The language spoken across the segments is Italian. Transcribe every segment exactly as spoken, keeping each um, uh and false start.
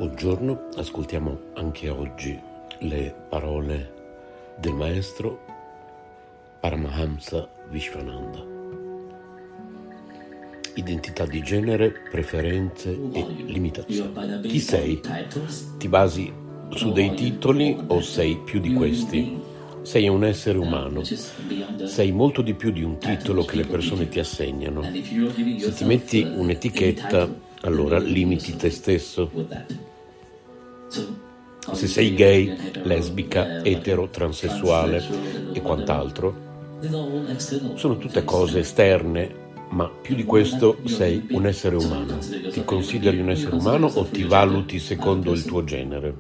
Buongiorno, ascoltiamo anche oggi le parole del maestro Paramahamsa Vishwananda. Identità di genere, preferenze e limitazioni. Chi sei? Ti basi su dei titoli o sei più di questi? Sei un essere umano. Sei molto di più di un titolo che le persone ti assegnano. Se ti metti un'etichetta, allora limiti te stesso. Se sei gay, lesbica, etero, transessuale e quant'altro, sono tutte cose esterne, ma più di questo sei un essere umano. Ti consideri un essere umano o ti valuti secondo il tuo genere?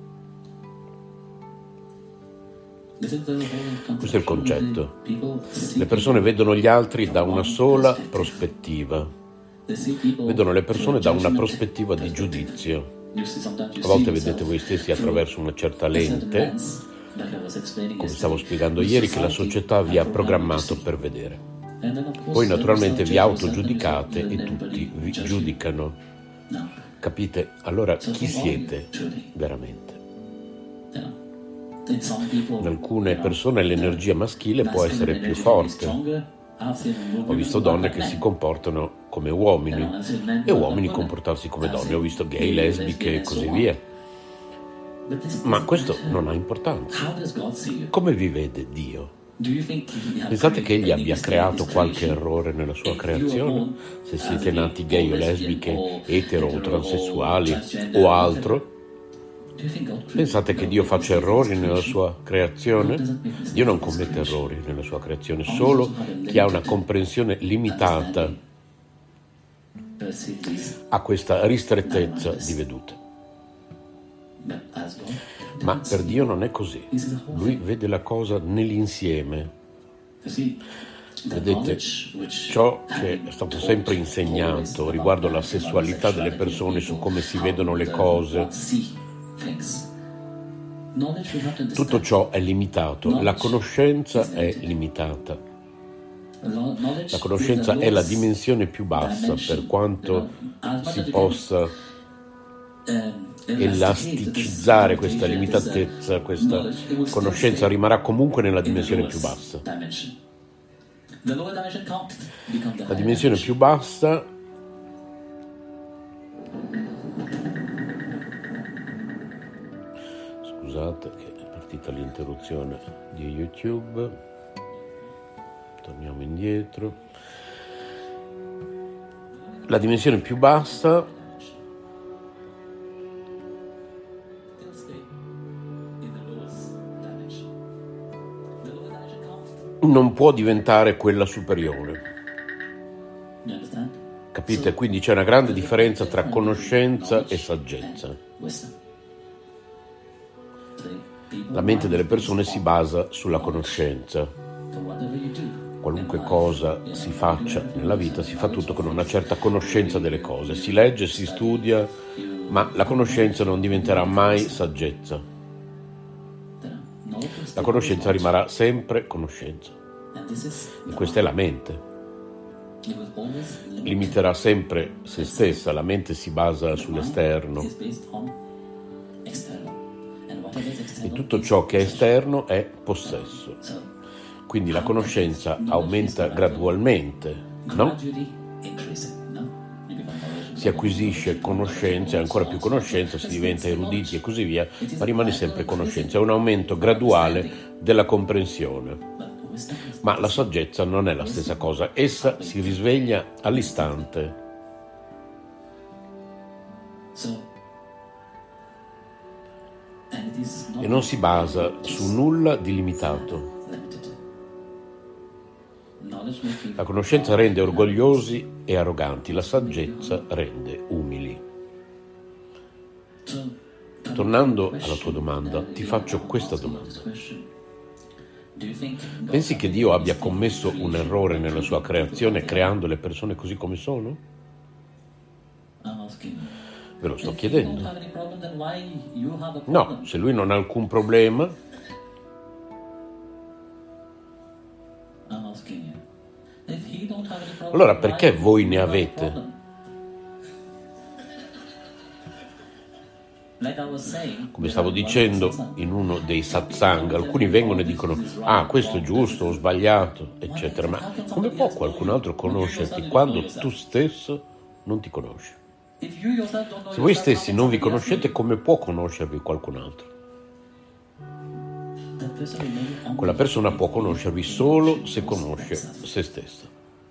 Questo è il concetto. Le persone vedono gli altri da una sola prospettiva. Vedono le persone da una prospettiva di giudizio. A volte vedete voi stessi attraverso una certa lente, come stavo spiegando ieri, che la società vi ha programmato per vedere. Poi naturalmente vi autogiudicate e tutti vi giudicano. Capite? Allora chi siete veramente? In alcune persone l'energia maschile può essere più forte. Ho visto donne che si comportano come uomini e uomini comportarsi come donne. Ho visto gay, lesbiche e così via. Ma questo non ha importanza. Come vi vede Dio? Pensate che Egli abbia creato qualche errore nella sua creazione? Se siete nati gay o lesbiche, etero o transessuali o altro? Pensate che Dio faccia errori nella sua creazione? Dio non commette errori nella sua creazione, solo chi ha una comprensione limitata ha questa ristrettezza di vedute. Ma per Dio non è così. Lui vede la cosa nell'insieme. Vedete, ciò che è stato sempre insegnato riguardo alla sessualità delle persone, su come si vedono le cose, tutto ciò è limitato, la conoscenza è limitata. La conoscenza è la dimensione più bassa, per quanto si possa elasticizzare questa limitatezza, questa conoscenza rimarrà comunque nella dimensione più bassa. La dimensione più bassa Scusate che è partita l'interruzione di YouTube, torniamo indietro. La dimensione più bassa non può diventare quella superiore. Capite? Quindi c'è una grande differenza tra conoscenza e saggezza. La mente delle persone si basa sulla conoscenza. Qualunque cosa si faccia nella vita, si fa tutto con una certa conoscenza delle cose. Si legge, si studia, ma la conoscenza non diventerà mai saggezza. La conoscenza rimarrà sempre conoscenza. E questa è la mente. Limiterà sempre se stessa. La mente si basa sull'esterno. E tutto ciò che è esterno è possesso. Quindi la conoscenza aumenta gradualmente, no? Si acquisisce conoscenza e ancora più conoscenza, si diventa eruditi e così via, ma rimane sempre conoscenza. È un aumento graduale della comprensione. Ma la saggezza non è la stessa cosa, essa si risveglia all'istante. E non si basa su nulla di limitato. La conoscenza rende orgogliosi e arroganti, la saggezza rende umili. Tornando alla tua domanda, ti faccio questa domanda. Pensi che Dio abbia commesso un errore nella sua creazione creando le persone così come sono? Ve lo sto chiedendo. No, se lui non ha alcun problema, allora perché voi ne avete? Come stavo dicendo in uno dei satsang, alcuni vengono e dicono ah, questo è giusto o sbagliato, eccetera, ma come può qualcun altro conoscerti quando tu stesso non ti conosci? Se voi stessi non vi conoscete, come può conoscervi qualcun altro? Quella persona può conoscervi solo se conosce se stessa.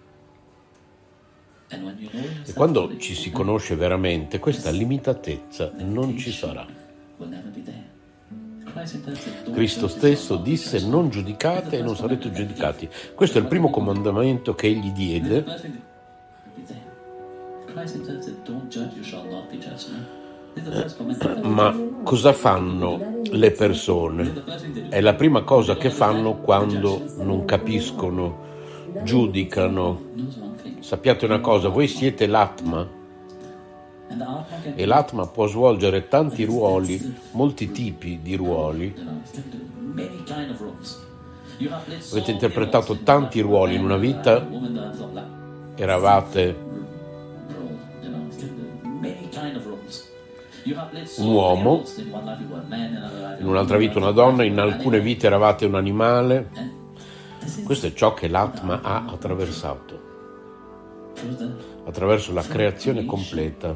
E quando ci si conosce veramente, questa limitatezza non ci sarà. Cristo stesso disse: non giudicate e non sarete giudicati. Questo è il primo comandamento che egli diede. Ma cosa fanno le persone? È la prima cosa che fanno quando non capiscono, giudicano. Sappiate una cosa, voi siete l'Atma e l'Atma può svolgere tanti ruoli, molti tipi di ruoli. Avete interpretato tanti ruoli in una vita, eravate un uomo, in un'altra vita una donna, in alcune vite eravate un animale. Questo è ciò che l'Atma ha attraversato attraverso la creazione completa.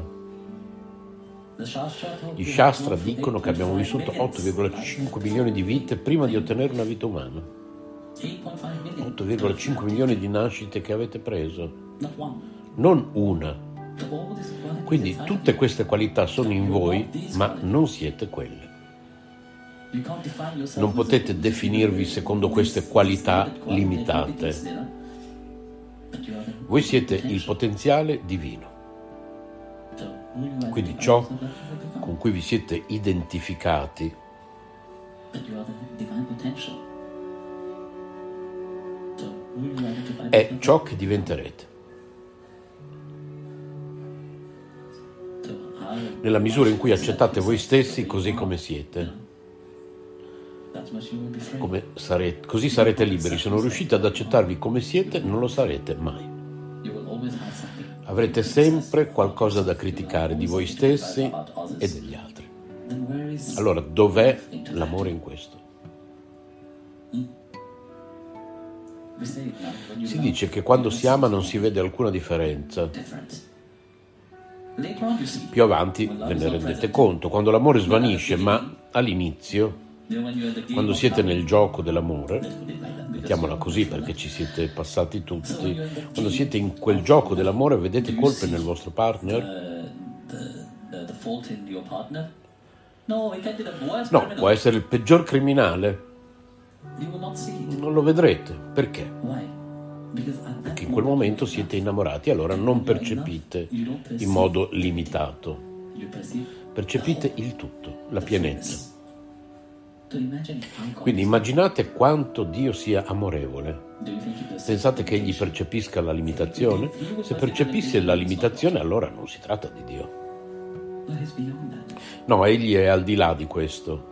Gli Shastra dicono che abbiamo vissuto otto virgola cinque milioni di vite prima di ottenere una vita umana. otto virgola cinque milioni di nascite che avete preso, non una. Quindi tutte queste qualità sono in voi, ma non siete quelle. Non potete definirvi secondo queste qualità limitate. Voi siete il potenziale divino. Quindi ciò con cui vi siete identificati è ciò che diventerete. Nella misura in cui accettate voi stessi così come siete, come sarete, così sarete liberi. Se non riuscite ad accettarvi come siete, non lo sarete mai. Avrete sempre qualcosa da criticare di voi stessi e degli altri. Allora, dov'è l'amore in questo? Si dice che quando si ama non si vede alcuna differenza. Più avanti ve ne rendete conto. Quando l'amore svanisce, ma all'inizio, quando siete nel gioco dell'amore, mettiamola così perché ci siete passati tutti, quando siete in quel gioco dell'amore vedete colpe nel vostro partner? No, può essere il peggior criminale. Non lo vedrete. Perché? Perché in quel momento siete innamorati, allora non percepite in modo limitato. Percepite il tutto, la pienezza. Quindi immaginate quanto Dio sia amorevole. Pensate che egli percepisca la limitazione? Se percepisse la limitazione, allora non si tratta di Dio. No, egli è al di là di questo.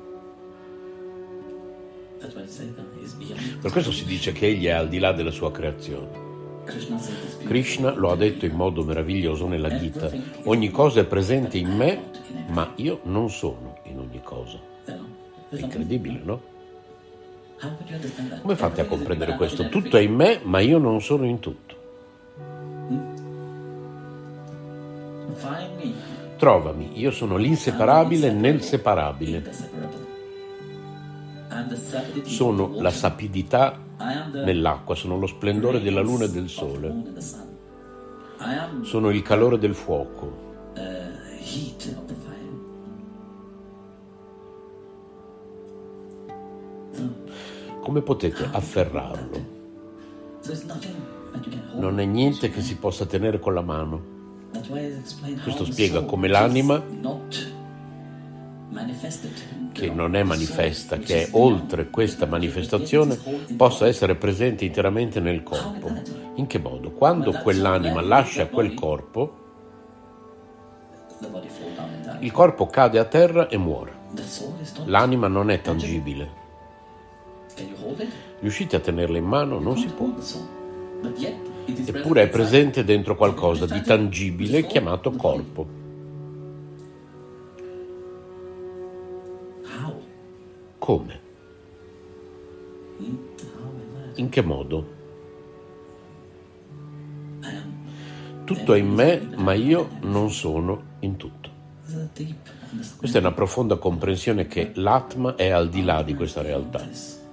Per questo si dice che egli è al di là della sua creazione. Krishna lo ha detto in modo meraviglioso nella Gita: ogni cosa è presente in me, ma io non sono in ogni cosa. È incredibile, no? Come fate a comprendere questo? Tutto è in me, ma io non sono in tutto. Trovami, io sono l'inseparabile nel separabile. Sono la sapidità nell'acqua, sono lo splendore della luna e del sole. Sono il calore del fuoco. Come potete afferrarlo? Non è niente che si possa tenere con la mano. Questo spiega come l'anima, che non è manifesta, che è oltre questa manifestazione, possa essere presente interamente nel corpo. In che modo? Quando quell'anima lascia quel corpo, il corpo cade a terra e muore. L'anima non è tangibile. Riuscite a tenerla in mano? Non si può. Eppure è presente dentro qualcosa di tangibile chiamato corpo. Come? In che modo? Tutto è in me, ma io non sono in tutto. Questa è una profonda comprensione che l'Atma è al di là di questa realtà,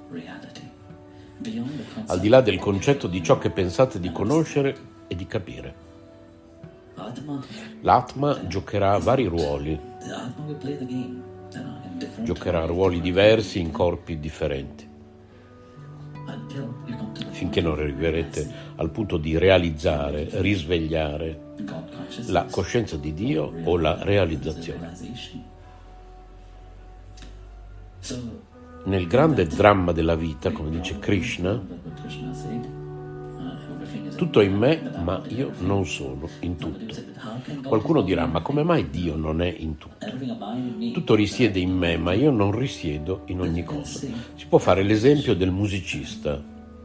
al di là del concetto di ciò che pensate di conoscere e di capire. L'Atma giocherà vari ruoli, giocherà ruoli diversi in corpi differenti, finché non arriverete al punto di realizzare, risvegliare la coscienza di Dio o la realizzazione. Nel grande dramma della vita, come dice Krishna, tutto è in me, ma io non sono in tutto. Qualcuno dirà, ma come mai Dio non è in tutto? Tutto risiede in me, ma io non risiedo in ogni cosa. Si può fare l'esempio del musicista.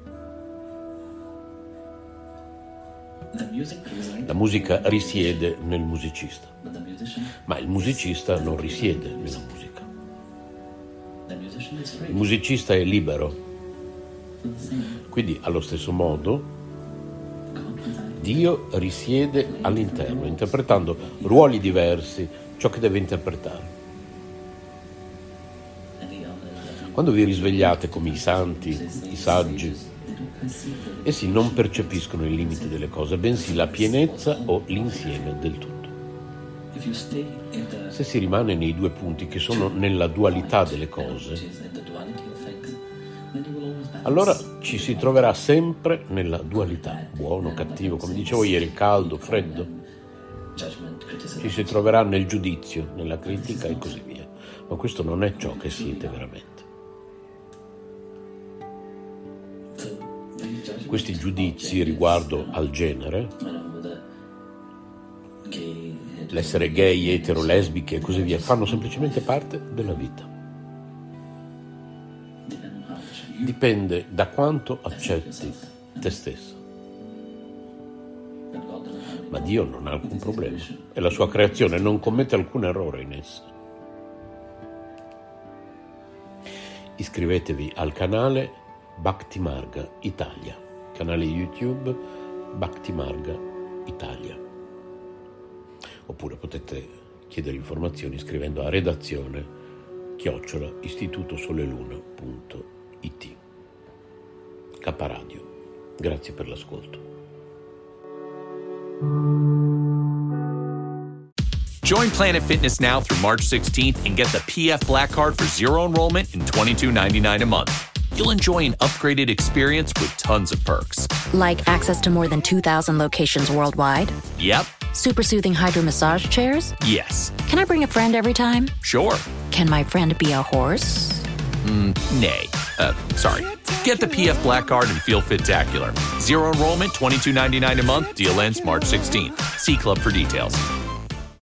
La musica risiede nel musicista, ma il musicista non risiede nella musica. Il musicista è libero. Quindi, allo stesso modo, Dio risiede all'interno, interpretando ruoli diversi, ciò che deve interpretare. Quando vi risvegliate come i santi, i saggi, essi non percepiscono il limite delle cose, bensì la pienezza o l'insieme del tutto. Se si rimane nei due punti che sono nella dualità delle cose, allora ci si troverà sempre nella dualità, buono, cattivo, come dicevo ieri, caldo, freddo. Ci si troverà nel giudizio, nella critica e così via. Ma questo non è ciò che siete veramente. Questi giudizi riguardo al genere, l'essere gay, etero, lesbiche e così via, fanno semplicemente parte della vita. Dipende da quanto accetti te stesso. Ma Dio non ha alcun problema. È la sua creazione, non commette alcun errore in essa. Iscrivetevi al canale Bhakti Marga Italia, canale YouTube Bhakti Marga Italia. Oppure potete chiedere informazioni scrivendo a redazione chiocciola istitutosoleluna punto it. K Radio. Grazie per l'ascolto. Join Planet Fitness now through March sixteenth and get the P F Black Card for zero enrollment and twenty-two ninety-nine a month. You'll enjoy an upgraded experience with tons of perks. Like access to more than two thousand locations worldwide? Yep. Super soothing hydro massage chairs? Yes. Can I bring a friend every time? Sure. Can my friend be a horse? Mm, nay. Uh, sorry. Get the P F Black Card and feel fit-tacular. Zero enrollment, twenty-two ninety-nine a month. Deal ends March sixteenth. See Club for details.